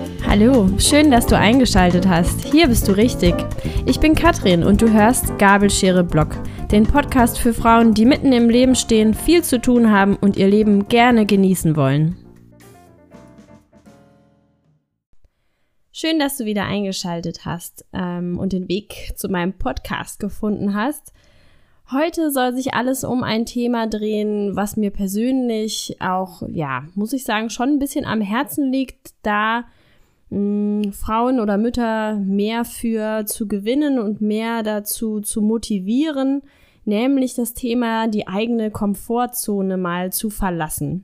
Hallo, schön, dass du eingeschaltet hast. Hier bist du richtig. Ich bin Katrin und du hörst Gabelschere Blog, den Podcast für Frauen, die mitten im Leben stehen, viel zu tun haben und ihr Leben gerne genießen wollen. Schön, dass du wieder eingeschaltet hast und den Weg zu meinem Podcast gefunden hast. Heute soll sich alles um ein Thema drehen, was mir persönlich auch, muss ich sagen, schon ein bisschen am Herzen liegt, da Frauen oder Mütter mehr für zu gewinnen und mehr dazu zu motivieren, nämlich das Thema, die eigene Komfortzone mal zu verlassen.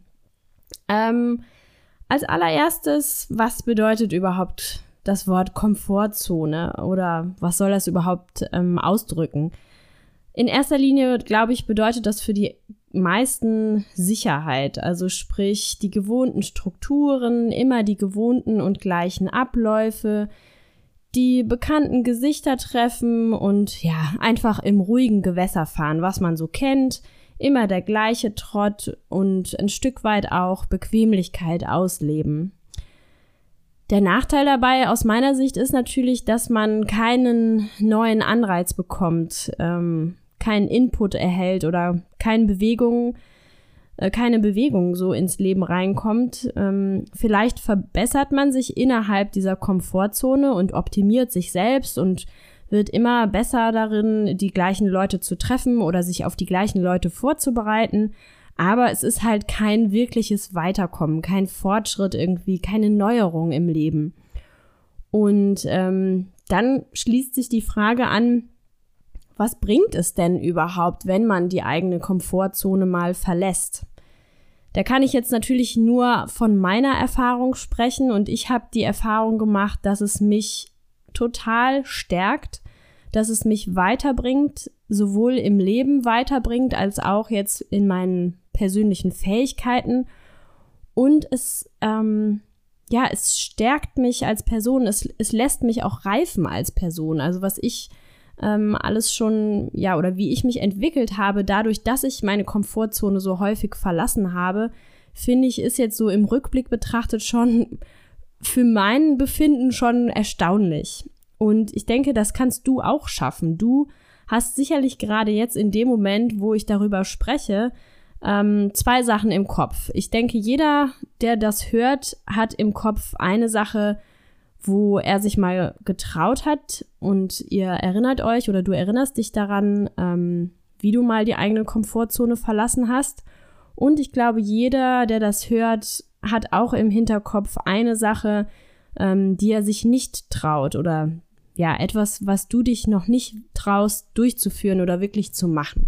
Als allererstes, was bedeutet überhaupt das Wort Komfortzone oder was soll das überhaupt ausdrücken? In erster Linie, glaube ich, bedeutet das für die meisten Sicherheit, also sprich die gewohnten Strukturen, immer die gewohnten und gleichen Abläufe, die bekannten Gesichter treffen und einfach im ruhigen Gewässer fahren, was man so kennt, immer der gleiche Trott und ein Stück weit auch Bequemlichkeit ausleben. Der Nachteil dabei aus meiner Sicht ist natürlich, dass man keinen neuen Anreiz bekommt, keinen Input erhält oder keine Bewegung so ins Leben reinkommt. Vielleicht verbessert man sich innerhalb dieser Komfortzone und optimiert sich selbst und wird immer besser darin, die gleichen Leute zu treffen oder sich auf die gleichen Leute vorzubereiten. Aber es ist halt kein wirkliches Weiterkommen, kein Fortschritt irgendwie, keine Neuerung im Leben. Und dann schließt sich die Frage an, was bringt es denn überhaupt, wenn man die eigene Komfortzone mal verlässt? Da kann ich jetzt natürlich nur von meiner Erfahrung sprechen und ich habe die Erfahrung gemacht, dass es mich total stärkt, dass es mich weiterbringt, sowohl im Leben weiterbringt, als auch jetzt in meinen persönlichen Fähigkeiten und es stärkt mich als Person, es lässt mich auch reifen als Person, also was ich alles schon, oder wie ich mich entwickelt habe, dadurch, dass ich meine Komfortzone so häufig verlassen habe, finde ich, ist jetzt so im Rückblick betrachtet schon für mein Befinden schon erstaunlich. Und ich denke, das kannst du auch schaffen. Du hast sicherlich gerade jetzt in dem Moment, wo ich darüber spreche, zwei Sachen im Kopf. Ich denke, jeder, der das hört, hat im Kopf eine Sache, wo er sich mal getraut hat und ihr erinnert euch oder du erinnerst dich daran, wie du mal die eigene Komfortzone verlassen hast. Und ich glaube, jeder, der das hört, hat auch im Hinterkopf eine Sache, die er sich nicht traut oder etwas, was du dich noch nicht traust, durchzuführen oder wirklich zu machen.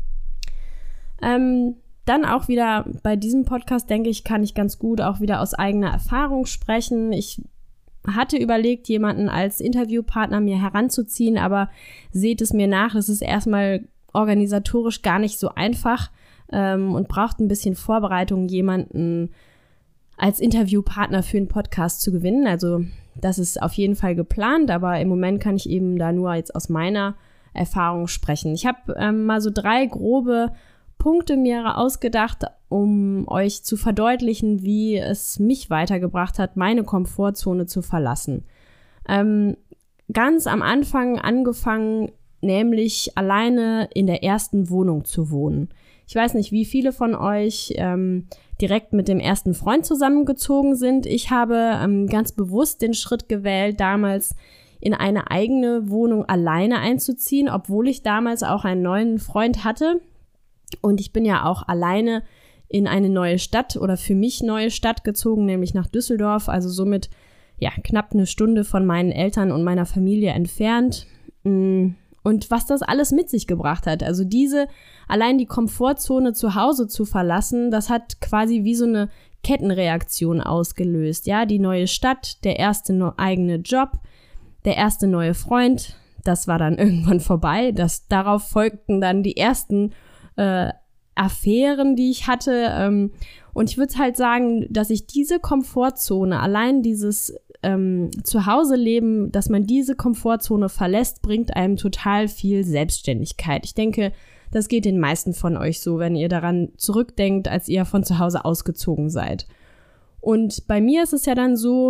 Dann auch wieder bei diesem Podcast, denke ich, kann ich ganz gut auch wieder aus eigener Erfahrung sprechen. Ich hatte überlegt, jemanden als Interviewpartner mir heranzuziehen, aber seht es mir nach, das ist erstmal organisatorisch gar nicht so einfach und braucht ein bisschen Vorbereitung, jemanden als Interviewpartner für einen Podcast zu gewinnen. Also das ist auf jeden Fall geplant, aber im Moment kann ich eben da nur jetzt aus meiner Erfahrung sprechen. Ich habe mal so 3 grobe Punkte mir ausgedacht, um euch zu verdeutlichen, wie es mich weitergebracht hat, meine Komfortzone zu verlassen. Ganz am Anfang angefangen, nämlich alleine in der ersten Wohnung zu wohnen. Ich weiß nicht, wie viele von euch direkt mit dem ersten Freund zusammengezogen sind. Ich habe ganz bewusst den Schritt gewählt, damals in eine eigene Wohnung alleine einzuziehen, obwohl ich damals auch einen neuen Freund hatte. Und ich bin ja auch alleine in eine neue Stadt oder für mich neue Stadt gezogen, nämlich nach Düsseldorf, also somit knapp eine Stunde von meinen Eltern und meiner Familie entfernt. Und was das alles mit sich gebracht hat, also allein die Komfortzone zu Hause zu verlassen, das hat quasi wie so eine Kettenreaktion ausgelöst. Ja, die neue Stadt, der erste eigene Job, der erste neue Freund, das war dann irgendwann vorbei. Darauf folgten dann die ersten Affären, die ich hatte. Und ich würde halt sagen, dass ich diese Komfortzone, allein dieses Zuhause-Leben, dass man diese Komfortzone verlässt, bringt einem total viel Selbstständigkeit. Ich denke, das geht den meisten von euch so, wenn ihr daran zurückdenkt, als ihr von zu Hause ausgezogen seid. Und bei mir ist es ja dann so,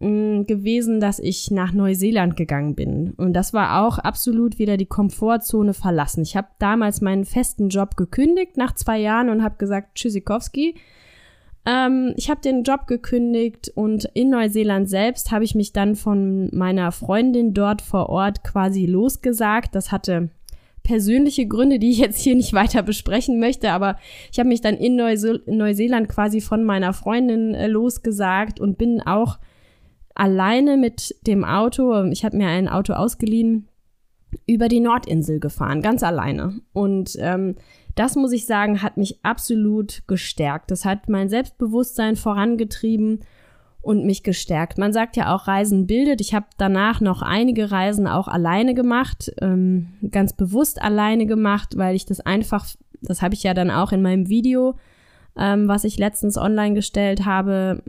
gewesen, dass ich nach Neuseeland gegangen bin. Und das war auch absolut wieder die Komfortzone verlassen. Ich habe damals meinen festen Job gekündigt nach 2 Jahren und habe gesagt, Tschüssikowski. Ich habe den Job gekündigt und in Neuseeland selbst habe ich mich dann von meiner Freundin dort vor Ort quasi losgesagt. Das hatte persönliche Gründe, die ich jetzt hier nicht weiter besprechen möchte, aber ich habe mich dann in Neuseeland quasi von meiner Freundin losgesagt und bin auch alleine mit dem Auto, ich habe mir ein Auto ausgeliehen, über die Nordinsel gefahren, ganz alleine. Und das, muss ich sagen, hat mich absolut gestärkt. Das hat mein Selbstbewusstsein vorangetrieben und mich gestärkt. Man sagt ja auch, Reisen bildet. Ich habe danach noch einige Reisen auch alleine gemacht, ganz bewusst alleine gemacht, weil ich das einfach, das habe ich ja dann auch in meinem Video, was ich letztens online gestellt habe,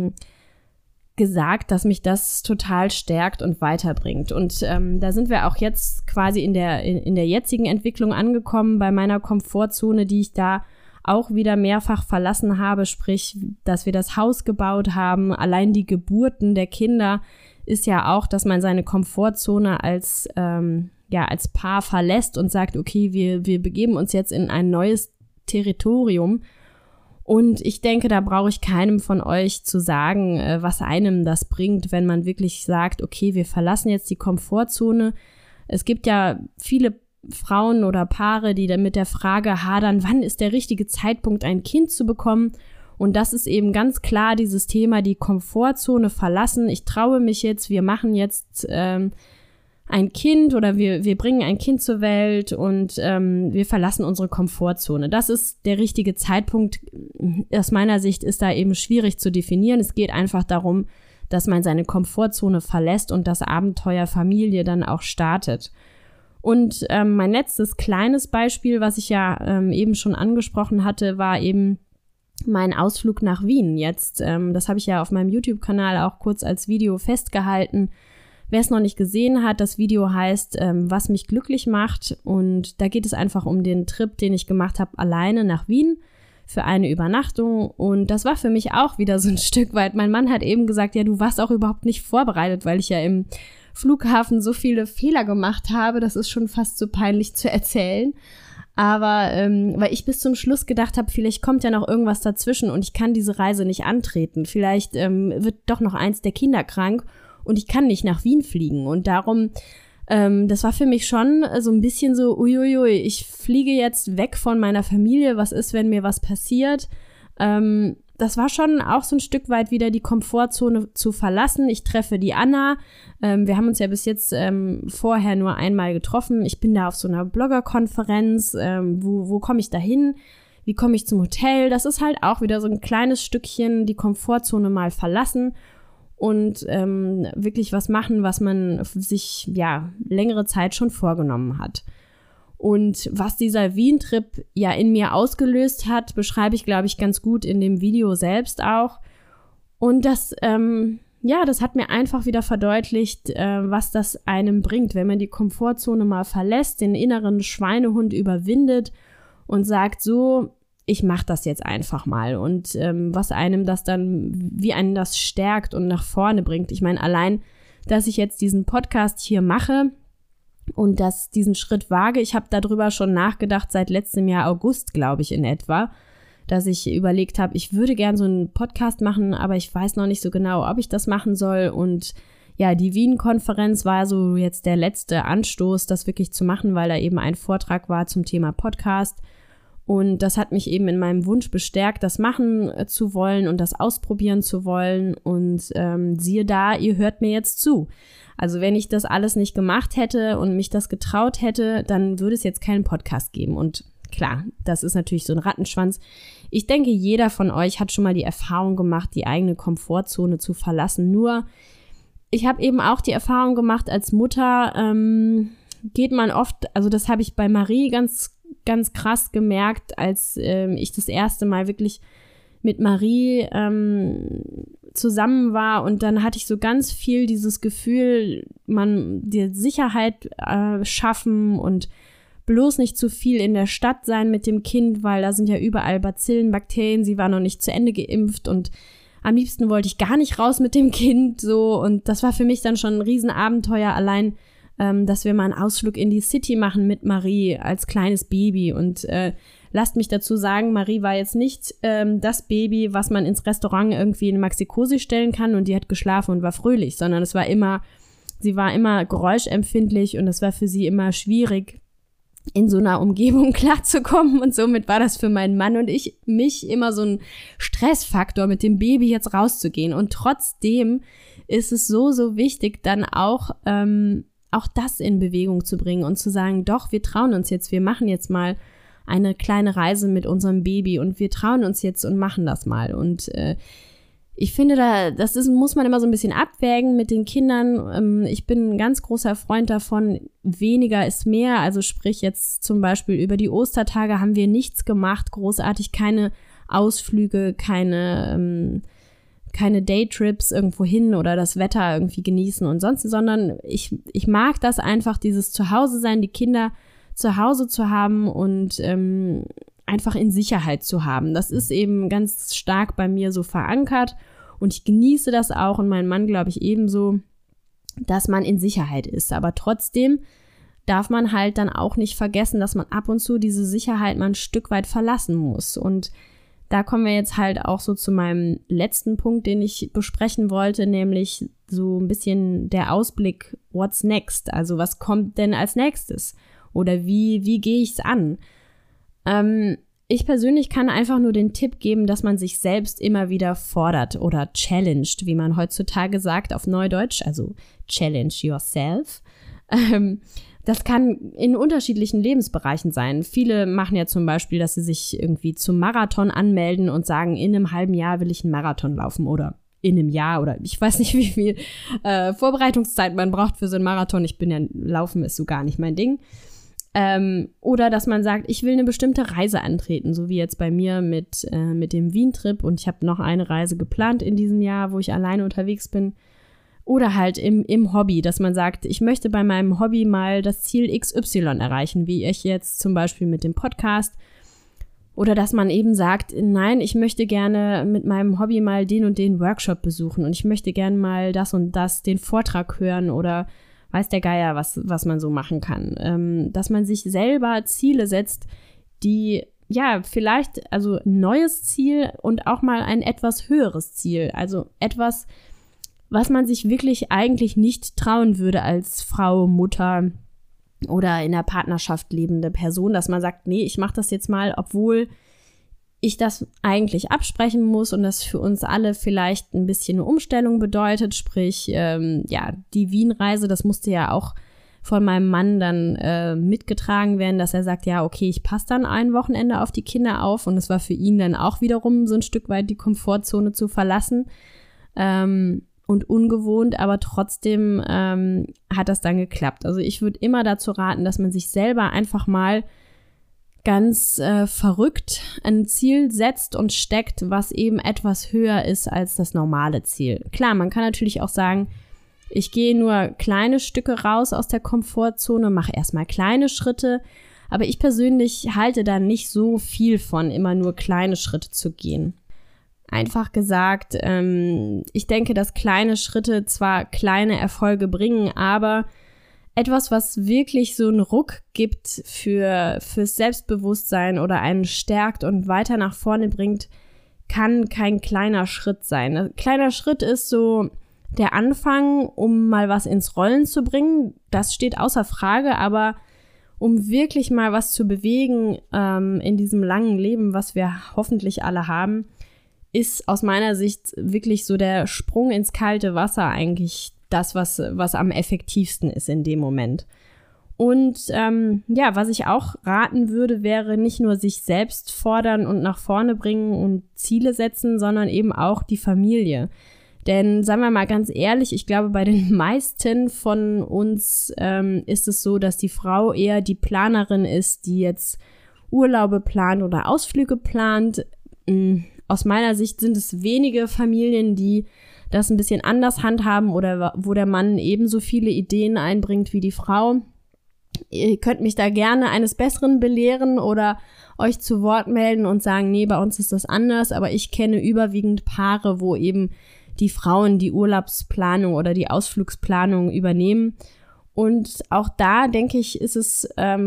gesagt, dass mich das total stärkt und weiterbringt. Und da sind wir auch jetzt quasi in der jetzigen Entwicklung angekommen, bei meiner Komfortzone, die ich da auch wieder mehrfach verlassen habe, sprich, dass wir das Haus gebaut haben. Allein die Geburten der Kinder ist ja auch, dass man seine Komfortzone als Paar verlässt und sagt, okay, wir begeben uns jetzt in ein neues Territorium. Und ich denke, da brauche ich keinem von euch zu sagen, was einem das bringt, wenn man wirklich sagt, okay, wir verlassen jetzt die Komfortzone. Es gibt ja viele Frauen oder Paare, die dann mit der Frage hadern, wann ist der richtige Zeitpunkt, ein Kind zu bekommen? Und das ist eben ganz klar dieses Thema, die Komfortzone verlassen. Ich traue mich jetzt, wir machen jetzt ein Kind oder wir bringen ein Kind zur Welt und wir verlassen unsere Komfortzone. Das ist der richtige Zeitpunkt. Aus meiner Sicht ist da eben schwierig zu definieren. Es geht einfach darum, dass man seine Komfortzone verlässt und das Abenteuer Familie dann auch startet. Und mein letztes kleines Beispiel, was ich ja eben schon angesprochen hatte, war eben mein Ausflug nach Wien jetzt. Das habe ich ja auf meinem YouTube-Kanal auch kurz als Video festgehalten. Wer es noch nicht gesehen hat, das Video heißt, was mich glücklich macht. Und da geht es einfach um den Trip, den ich gemacht habe, alleine nach Wien für eine Übernachtung. Und das war für mich auch wieder so ein Stück weit. Mein Mann hat eben gesagt, ja, du warst auch überhaupt nicht vorbereitet, weil ich ja im Flughafen so viele Fehler gemacht habe. Das ist schon fast so peinlich zu erzählen. Aber weil ich bis zum Schluss gedacht habe, vielleicht kommt ja noch irgendwas dazwischen und ich kann diese Reise nicht antreten. Vielleicht wird doch noch eins der Kinder krank. Und ich kann nicht nach Wien fliegen. Und darum, das war für mich schon so ein bisschen so, uiuiui, ich fliege jetzt weg von meiner Familie. Was ist, wenn mir was passiert? Das war schon auch so ein Stück weit wieder die Komfortzone zu verlassen. Ich treffe die Anna. Wir haben uns ja bis jetzt vorher nur einmal getroffen. Ich bin da auf so einer Bloggerkonferenz. Wo komme ich da hin? Wie komme ich zum Hotel? Das ist halt auch wieder so ein kleines Stückchen die Komfortzone mal verlassen. Und wirklich was machen, was man sich ja längere Zeit schon vorgenommen hat. Und was dieser Wien-Trip ja in mir ausgelöst hat, beschreibe ich, glaube ich, ganz gut in dem Video selbst auch. Und das hat mir einfach wieder verdeutlicht, was das einem bringt, wenn man die Komfortzone mal verlässt, den inneren Schweinehund überwindet und sagt so, ich mache das jetzt einfach mal und was einem das dann, wie einen das stärkt und nach vorne bringt. Ich meine, allein, dass ich jetzt diesen Podcast hier mache und diesen Schritt wage, ich habe darüber schon nachgedacht seit letztem Jahr August, glaube ich, in etwa, dass ich überlegt habe, ich würde gern so einen Podcast machen, aber ich weiß noch nicht so genau, ob ich das machen soll. Und ja, die Wien-Konferenz war so jetzt der letzte Anstoß, das wirklich zu machen, weil da eben ein Vortrag war zum Thema Podcast. Und das hat mich eben in meinem Wunsch bestärkt, das machen zu wollen und das ausprobieren zu wollen. Und siehe da, ihr hört mir jetzt zu. Also wenn ich das alles nicht gemacht hätte und mich das getraut hätte, dann würde es jetzt keinen Podcast geben. Und klar, das ist natürlich so ein Rattenschwanz. Ich denke, jeder von euch hat schon mal die Erfahrung gemacht, die eigene Komfortzone zu verlassen. Nur, ich habe eben auch die Erfahrung gemacht, als Mutter geht man oft, also das habe ich bei Marie ganz krass gemerkt, als ich das erste Mal wirklich mit Marie zusammen war und dann hatte ich so ganz viel dieses Gefühl, man die Sicherheit schaffen und bloß nicht zu viel in der Stadt sein mit dem Kind, weil da sind ja überall Bazillen, Bakterien, sie war noch nicht zu Ende geimpft und Am liebsten wollte ich gar nicht raus mit dem Kind, so. Und das war für mich dann schon ein Riesenabenteuer, allein, dass wir mal einen Ausflug in die City machen mit Marie als kleines Baby. Und lasst mich dazu sagen, Marie war jetzt nicht das Baby, was man ins Restaurant irgendwie in Maxi-Cosi stellen kann und die hat geschlafen und war fröhlich, sondern sie war immer geräuschempfindlich und es war für sie immer schwierig, in so einer Umgebung klarzukommen, und somit war das für meinen Mann und mich immer so ein Stressfaktor, mit dem Baby jetzt rauszugehen. Und trotzdem ist es so, so wichtig, dann auch das in Bewegung zu bringen und zu sagen, doch, wir trauen uns jetzt, wir machen jetzt mal eine kleine Reise mit unserem Baby und wir trauen uns jetzt und machen das mal. Und ich finde, muss man immer so ein bisschen abwägen mit den Kindern. Ich bin ein ganz großer Freund davon, weniger ist mehr. Also sprich jetzt zum Beispiel über die Ostertage haben wir nichts gemacht, großartig, keine Ausflüge, keine Daytrips irgendwo hin oder das Wetter irgendwie genießen und sonst, sondern ich mag das einfach, dieses Zuhause sein, die Kinder zu Hause zu haben und einfach in Sicherheit zu haben. Das ist eben ganz stark bei mir so verankert und ich genieße das auch und mein Mann, glaube ich, ebenso, dass man in Sicherheit ist. Aber trotzdem darf man halt dann auch nicht vergessen, dass man ab und zu diese Sicherheit mal ein Stück weit verlassen muss. Und da kommen wir jetzt halt auch so zu meinem letzten Punkt, den ich besprechen wollte, nämlich so ein bisschen der Ausblick, what's next? Also was kommt denn als nächstes? Oder wie gehe ich es an? Ich persönlich kann einfach nur den Tipp geben, dass man sich selbst immer wieder fordert oder challenged, wie man heutzutage sagt auf Neudeutsch, also challenge yourself. Das kann in unterschiedlichen Lebensbereichen sein. Viele machen ja zum Beispiel, dass sie sich irgendwie zum Marathon anmelden und sagen, in einem halben Jahr will ich einen Marathon laufen oder in einem Jahr oder ich weiß nicht, wie viel Vorbereitungszeit man braucht für so einen Marathon. Laufen ist so gar nicht mein Ding. Oder dass man sagt, ich will eine bestimmte Reise antreten, so wie jetzt bei mir mit dem Wien-Trip und ich habe noch eine Reise geplant in diesem Jahr, wo ich alleine unterwegs bin. Oder halt im Hobby, dass man sagt, ich möchte bei meinem Hobby mal das Ziel XY erreichen, wie ich jetzt zum Beispiel mit dem Podcast. Oder dass man eben sagt, nein, ich möchte gerne mit meinem Hobby mal den und den Workshop besuchen und ich möchte gerne mal das und das, den Vortrag hören oder weiß der Geier, was man so machen kann. Dass man sich selber Ziele setzt, die, ja, vielleicht, also ein neues Ziel und auch mal ein etwas höheres Ziel. Also etwas, was man sich wirklich eigentlich nicht trauen würde als Frau, Mutter oder in der Partnerschaft lebende Person, dass man sagt, nee, ich mache das jetzt mal, obwohl ich das eigentlich absprechen muss und das für uns alle vielleicht ein bisschen eine Umstellung bedeutet, sprich, die Wien-Reise, das musste ja auch von meinem Mann dann mitgetragen werden, dass er sagt, ja, okay, ich passe dann ein Wochenende auf die Kinder auf und es war für ihn dann auch wiederum so ein Stück weit die Komfortzone zu verlassen und ungewohnt, aber trotzdem hat das dann geklappt. Also ich würde immer dazu raten, dass man sich selber einfach mal ganz verrückt ein Ziel setzt und steckt, was eben etwas höher ist als das normale Ziel. Klar, man kann natürlich auch sagen, ich gehe nur kleine Stücke raus aus der Komfortzone, mache erstmal kleine Schritte, aber ich persönlich halte da nicht so viel von, immer nur kleine Schritte zu gehen. Einfach gesagt, ich denke, dass kleine Schritte zwar kleine Erfolge bringen, aber etwas, was wirklich so einen Ruck gibt fürs Selbstbewusstsein oder einen stärkt und weiter nach vorne bringt, kann kein kleiner Schritt sein. Ein kleiner Schritt ist so der Anfang, um mal was ins Rollen zu bringen. Das steht außer Frage, aber um wirklich mal was zu bewegen in diesem langen Leben, was wir hoffentlich alle haben, ist aus meiner Sicht wirklich so der Sprung ins kalte Wasser eigentlich das, was am effektivsten ist in dem Moment. Und was ich auch raten würde, wäre nicht nur sich selbst fordern und nach vorne bringen und Ziele setzen, sondern eben auch die Familie. Denn sagen wir mal ganz ehrlich, ich glaube, bei den meisten von uns ist es so, dass die Frau eher die Planerin ist, die jetzt Urlaube plant oder Ausflüge plant. Aus meiner Sicht sind es wenige Familien, die das ein bisschen anders handhaben oder wo der Mann ebenso viele Ideen einbringt wie die Frau. Ihr könnt mich da gerne eines Besseren belehren oder euch zu Wort melden und sagen, nee, bei uns ist das anders, aber ich kenne überwiegend Paare, wo eben die Frauen die Urlaubsplanung oder die Ausflugsplanung übernehmen. Und auch da, denke ich, ist es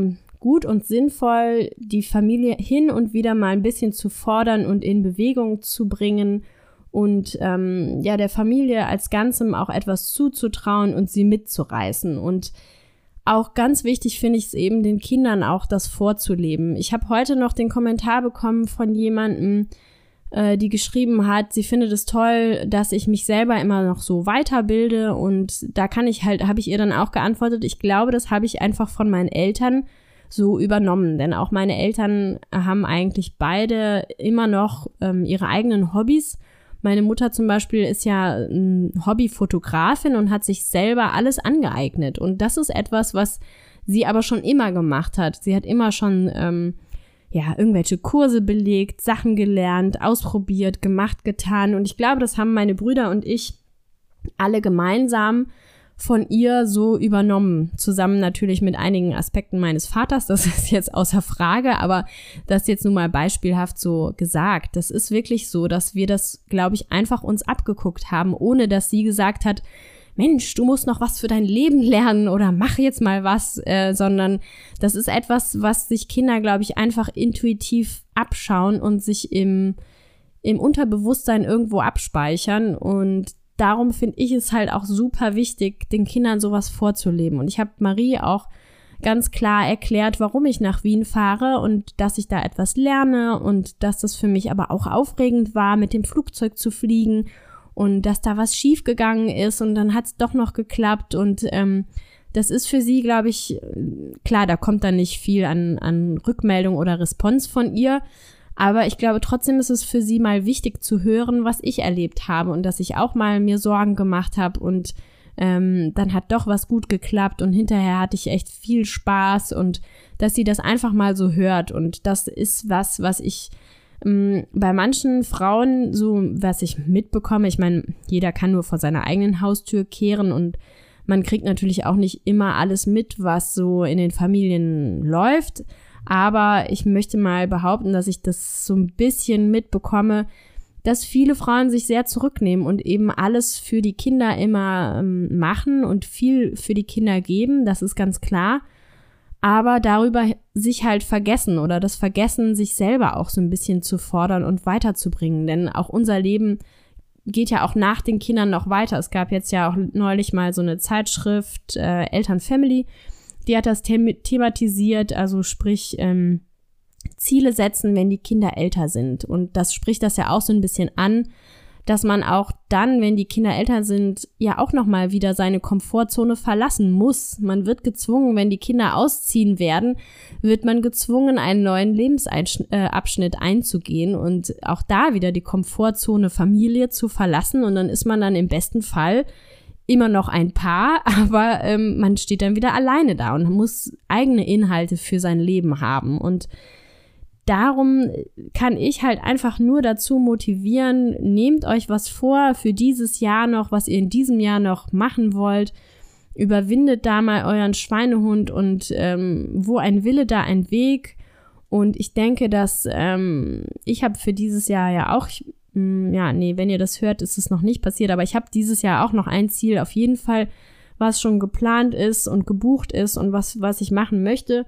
gut und sinnvoll, die Familie hin und wieder mal ein bisschen zu fordern und in Bewegung zu bringen und der Familie als Ganzem auch etwas zuzutrauen und sie mitzureißen. Und auch ganz wichtig finde ich es eben, den Kindern auch das vorzuleben. Ich habe heute noch den Kommentar bekommen von jemandem, die geschrieben hat, sie findet es toll, dass ich mich selber immer noch so weiterbilde, und da habe ich ihr dann auch geantwortet, ich glaube, das habe ich einfach von meinen Eltern so übernommen, denn auch meine Eltern haben eigentlich beide immer noch ihre eigenen Hobbys. Meine Mutter zum Beispiel ist ja Hobbyfotografin und hat sich selber alles angeeignet. Und das ist etwas, was sie aber schon immer gemacht hat. Sie hat immer schon irgendwelche Kurse belegt, Sachen gelernt, ausprobiert, gemacht, getan. Und ich glaube, das haben meine Brüder und ich alle gemeinsam von ihr so übernommen, zusammen natürlich mit einigen Aspekten meines Vaters, das ist jetzt außer Frage, aber das jetzt nun mal beispielhaft so gesagt. Das ist wirklich so, dass wir das, glaube ich, einfach uns abgeguckt haben, ohne dass sie gesagt hat, Mensch, du musst noch was für dein Leben lernen oder mach jetzt mal was, sondern das ist etwas, was sich Kinder, glaube ich, einfach intuitiv abschauen und sich im Unterbewusstsein irgendwo abspeichern, und darum finde ich es halt auch super wichtig, den Kindern sowas vorzuleben. Und ich habe Marie auch ganz klar erklärt, warum ich nach Wien fahre und dass ich da etwas lerne und dass das für mich aber auch aufregend war, mit dem Flugzeug zu fliegen und dass da was schief gegangen ist und dann hat es doch noch geklappt. Und das ist für sie, glaube ich, klar, da kommt dann nicht viel an Rückmeldung oder Response von ihr. Aber ich glaube, trotzdem ist es für sie mal wichtig zu hören, was ich erlebt habe und dass ich auch mal mir Sorgen gemacht habe und dann hat doch was gut geklappt und hinterher hatte ich echt viel Spaß, und dass sie das einfach mal so hört. Und das ist was ich bei manchen Frauen so, was ich mitbekomme, ich meine, jeder kann nur vor seiner eigenen Haustür kehren und man kriegt natürlich auch nicht immer alles mit, was so in den Familien läuft. Aber ich möchte mal behaupten, dass ich das so ein bisschen mitbekomme, dass viele Frauen sich sehr zurücknehmen und eben alles für die Kinder immer machen und viel für die Kinder geben, das ist ganz klar. Aber darüber sich halt vergessen oder das Vergessen, sich selber auch so ein bisschen zu fordern und weiterzubringen. Denn auch unser Leben geht ja auch nach den Kindern noch weiter. Es gab jetzt ja auch neulich mal so eine Zeitschrift, Eltern-Family, die hat das thematisiert, also sprich Ziele setzen, wenn die Kinder älter sind. Und das spricht das ja auch so ein bisschen an, dass man auch dann, wenn die Kinder älter sind, ja auch nochmal wieder seine Komfortzone verlassen muss. Man wird gezwungen, wenn die Kinder ausziehen werden, wird man gezwungen, einen neuen Lebensabschnitt einzugehen und auch da wieder die Komfortzone Familie zu verlassen. Und dann ist man dann im besten Fall immer noch ein Paar, aber man steht dann wieder alleine da und muss eigene Inhalte für sein Leben haben. Und darum kann ich halt einfach nur dazu motivieren, nehmt euch was vor für dieses Jahr noch, was ihr in diesem Jahr noch machen wollt. Überwindet da mal euren Schweinehund und wo ein Wille, da ein Weg. Und ich denke, dass ich habe für dieses Jahr ja auch, wenn ihr das hört, ist es noch nicht passiert, aber ich habe dieses Jahr auch noch ein Ziel auf jeden Fall, was schon geplant ist und gebucht ist und was ich machen möchte.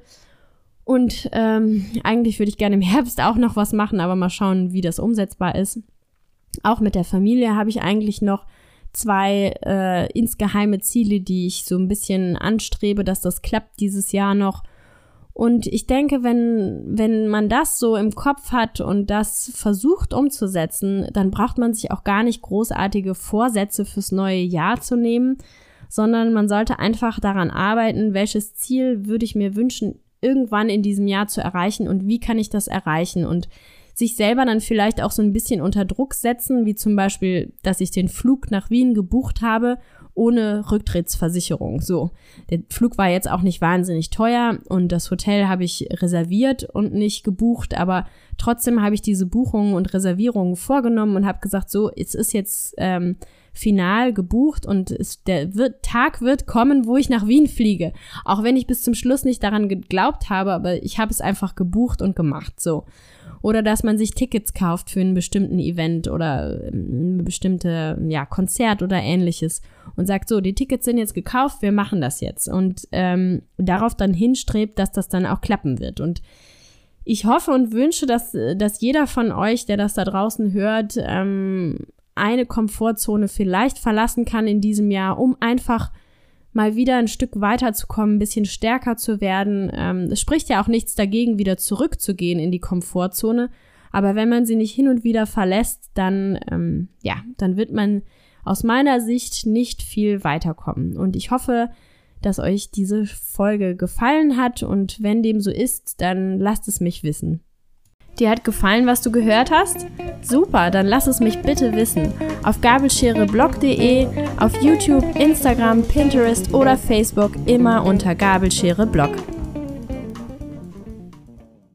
Und eigentlich würde ich gerne im Herbst auch noch was machen, aber mal schauen, wie das umsetzbar ist. Auch mit der Familie habe ich eigentlich noch 2 insgeheime Ziele, die ich so ein bisschen anstrebe, dass das klappt dieses Jahr noch. Und ich denke, wenn man das so im Kopf hat und das versucht umzusetzen, dann braucht man sich auch gar nicht großartige Vorsätze fürs neue Jahr zu nehmen, sondern man sollte einfach daran arbeiten, welches Ziel würde ich mir wünschen, irgendwann in diesem Jahr zu erreichen und wie kann ich das erreichen und sich selber dann vielleicht auch so ein bisschen unter Druck setzen, wie zum Beispiel, dass ich den Flug nach Wien gebucht habe, ohne Rücktrittsversicherung. So, der Flug war jetzt auch nicht wahnsinnig teuer und das Hotel habe ich reserviert und nicht gebucht, aber trotzdem habe ich diese Buchungen und Reservierungen vorgenommen und habe gesagt, so, es ist jetzt final gebucht und der Tag wird kommen, wo ich nach Wien fliege. Auch wenn ich bis zum Schluss nicht daran geglaubt habe, aber ich habe es einfach gebucht und gemacht, so. Oder dass man sich Tickets kauft für einen bestimmten Event oder eine bestimmte, Konzert oder ähnliches und sagt, so, die Tickets sind jetzt gekauft, wir machen das jetzt. Und darauf dann hinstrebt, dass das dann auch klappen wird. Und ich hoffe und wünsche, dass jeder von euch, der das da draußen hört, eine Komfortzone vielleicht verlassen kann in diesem Jahr, um einfach mal wieder ein Stück weiterzukommen, ein bisschen stärker zu werden. Es spricht ja auch nichts dagegen, wieder zurückzugehen in die Komfortzone. Aber wenn man sie nicht hin und wieder verlässt, dann wird man aus meiner Sicht nicht viel weiterkommen. Und ich hoffe, dass euch diese Folge gefallen hat. Und wenn dem so ist, dann lasst es mich wissen. Dir hat gefallen, was du gehört hast? Super, dann lass es mich bitte wissen. Auf gabelschereblog.de, auf YouTube, Instagram, Pinterest oder Facebook immer unter Gabelschere Blog.